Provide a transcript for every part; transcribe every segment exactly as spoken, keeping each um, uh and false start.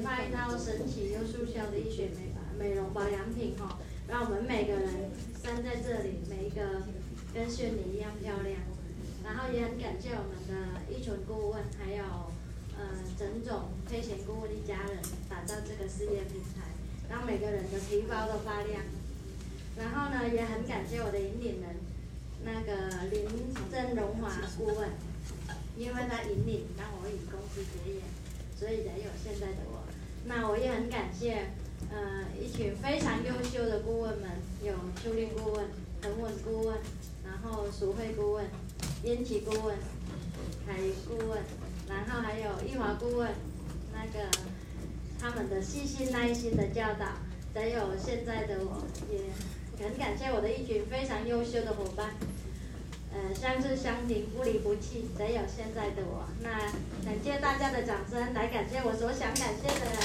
研发一套神奇又速效的医学美美容保养品哈，让我们每个人站在这里，每一个跟炫妮一样漂亮。然后也很感谢我们的依纯顾问，还有呃整总配贤顾问一家人，打造这个事业平台，让每个人的皮包都发亮。然后呢，也很感谢我的引领人，那个林郑荣华顾问，因为他引领让我与公司结缘，所以才有现在的我。那我也很感谢呃一群非常优秀的顾问们，有秋令顾问、恒稳顾问，然后淑慧顾问、燕琪顾问、凯顾问，然后还有易华顾问，那个他们的细心耐心的教导，才有现在的我。也很感谢我的一群非常优秀的伙伴，呃，相知相挺，不离不弃，才有现在的我。那感谢大家的掌声，来感谢我所想感谢的人。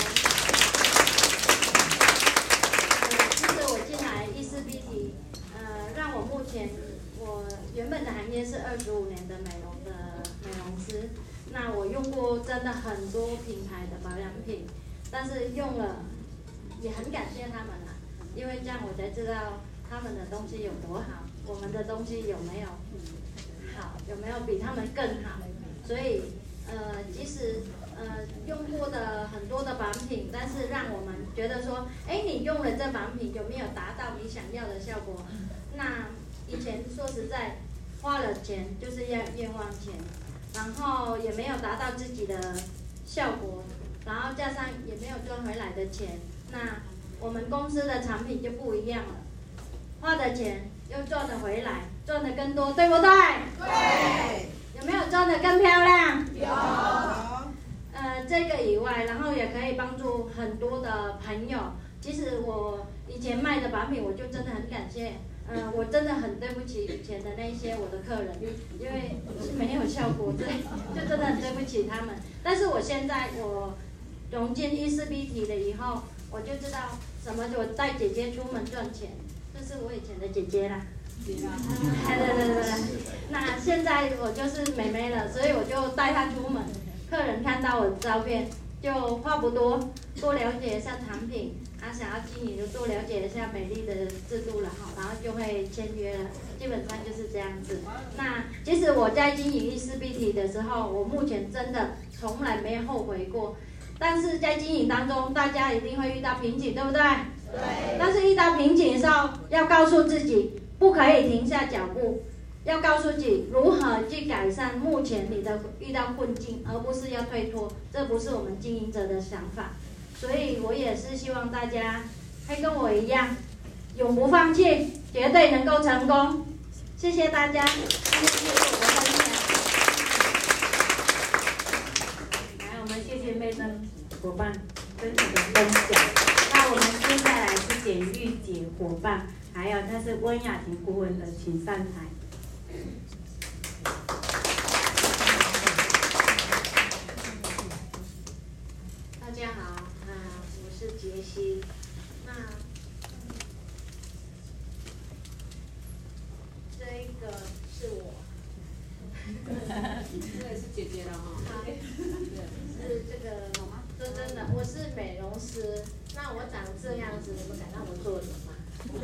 呃，其实我进来伊思 B T， 呃，让我目前我原本的行业是二十五年的美容的美容师，那我用过真的很多品牌的保养品，但是用了也很感谢他们啦。因为这样我才知道他们的东西有多好，我们的东西有没有好，有没有比他们更好。所以呃，即使呃用过的很多的保养品，但是让我们觉得说，哎，你用了这保养品有没有达到你想要的效果？那以前说实在，花了钱就是要冤枉钱，然后也没有达到自己的效果，然后加上也没有赚回来的钱，那我们公司的产品就不一样了，花的钱又赚得回来，赚得更多，对不对？ 对。 有没有赚得更漂亮？ 有。 呃，这个以外，然后也可以帮助很多的朋友。其实我以前卖的产品，我就真的很感谢。呃，我真的很对不起以前的那些我的客人，因为是没有效果，对，就真的很对不起他们。但是我现在我融进伊思 B T 了以后，我就知道什么我带姐姐出门赚钱，这是我以前的姐姐啦。对对对对对。那现在我就是妹妹了，所以我就带她出门，客人看到我的照片，就话不多，多了解一下产品。啊，想要经营就多了解一下美丽的制度了哈，然后就会签约了，基本上就是这样子。那其实我在经营伊思 B T 的时候，我目前真的从来没有后悔过。但是在经营当中，大家一定会遇到瓶颈，对不对？ 对。 但是遇到瓶颈的时候，要告诉自己不可以停下脚步，要告诉自己如何去改善目前你的遇到困境，而不是要退脱。这不是我们经营者的想法。所以我也是希望大家会跟我一样，永不放弃，绝对能够成功。谢谢大家，今天谢谢我的分享。来，我们谢谢妹珍伙伴分享的分享。那我们接下来是简玉姐伙伴，还有她是温雅婷顾问的，请上台。 大家好。是杰西，那这一个是我， 这也是姐姐的哈。 是这个，说真的，我是美容师，那我长这样子，你们敢让我做人吗？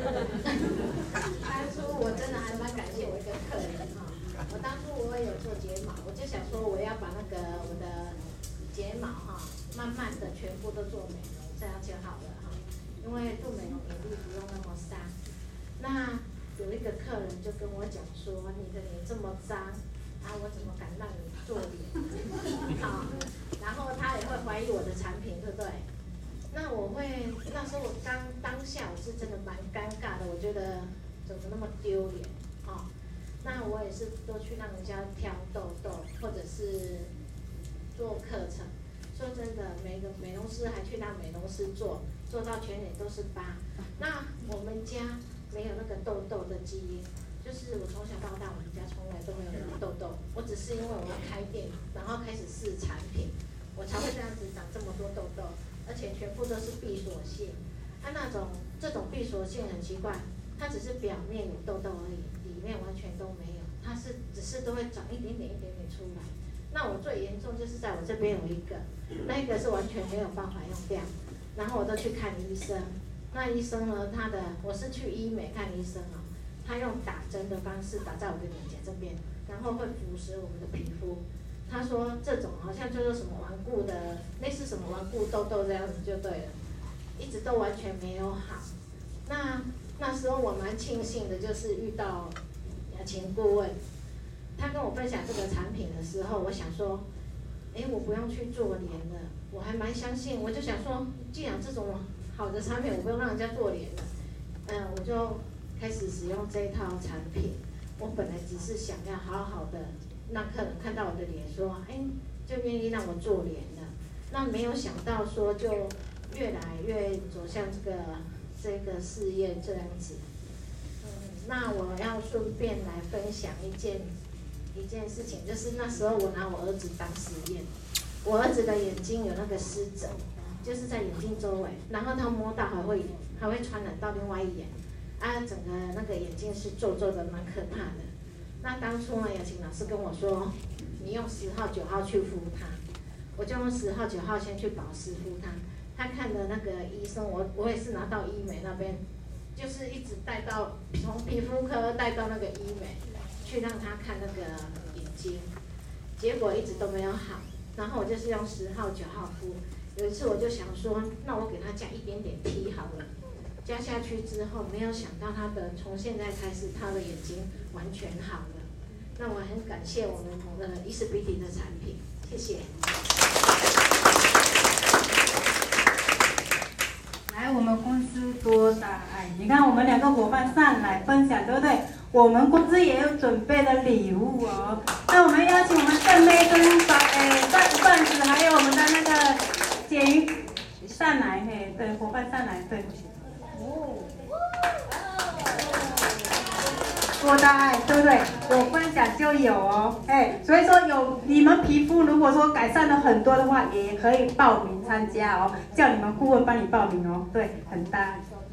当初我真的还蛮感谢我一个客人哈，我当初我也有做睫毛，我就想说我要把那个我的睫毛哈，慢慢的全部都做美容。这样就好了哈，因为做美容眼力不用那么伤。那有一个客人就跟我讲说，你的脸这么脏，啊，我怎么敢让你做脸？好，然后他也会怀疑我的产品，对不对？那我会，那时候我当当下我是真的蛮尴尬的，我觉得怎么那么丢脸啊？那我也是都去让人家挑痘痘，或者是做课程。说真的，每个美容师还去让美容师做，做到全脸都是疤。那我们家没有那个痘痘的基因，就是我从小到大，我们家从来都没有那个痘痘。我只是因为我要开店，然后开始试产品，我才会这样子长这么多痘痘，而且全部都是闭锁性。啊，那种这种闭锁性很奇怪，它只是表面有痘痘而已，里面完全都没有，它是只是都会长一点点一点点出来。 那我最严重就是在我这边有一个，那个是完全没有办法用掉，然后我都去看医生。那医生呢，他的我是去医美看医生哦，他用打针的方式打在我的脸颊这边，然后会腐蚀我们的皮肤。他说这种好像就是什么顽固的，类似什么顽固痘痘这样子就对了，一直都完全没有好。那那时候我蛮庆幸的，就是遇到雅琴顾问，他跟我分享这个产品的时候，我想说，哎，我不用去做脸了，我还蛮相信，我就想说，既然这种好的产品，我不用让人家做脸了，嗯，我就开始使用这一套产品。我本来只是想要好好的让客人看到我的脸，说，哎，就愿意让我做脸了。那没有想到说，就越来越走向这个这个事业这样子。嗯，那我要顺便来分享一件一件事情，就是那时候我拿我儿子当实验，我儿子的眼睛有那个湿疹。就是在眼睛周围，然后他摸到还会还会传染到另外一眼，啊，整个那个眼睛是皱皱的，蛮可怕的。那当初呢，雅琴老师跟我说，你用十号、九号去敷它，我就用十号、九号先去保湿敷它。他看的那个医生，我我也是拿到医美那边，就是一直带到从皮肤科带到那个医美，去让他看那个眼睛，结果一直都没有好。然后我就是用十号、九号敷。有一次我就想说，那我给他加一点点 T 好了，加下去之后，没有想到他的从现在开始，他的眼睛完全好了。那我很感谢我们的伊思 Beauty 的产品，谢谢。 来，我们公司多大爱？你看我们两个伙伴上来分享，对不对？我们公司也有准备了礼物哦。那我们邀请我们正妹跟小诶段段子，还有我们的那个。简鱼上来，嘿，对，伙伴上来，对。哦，多大爱，对不对？我分享就有哦，哎，所以说有你们皮肤如果说改善了很多的话，也可以报名参加哦，叫你们顾问帮你报名哦，对，很大爱。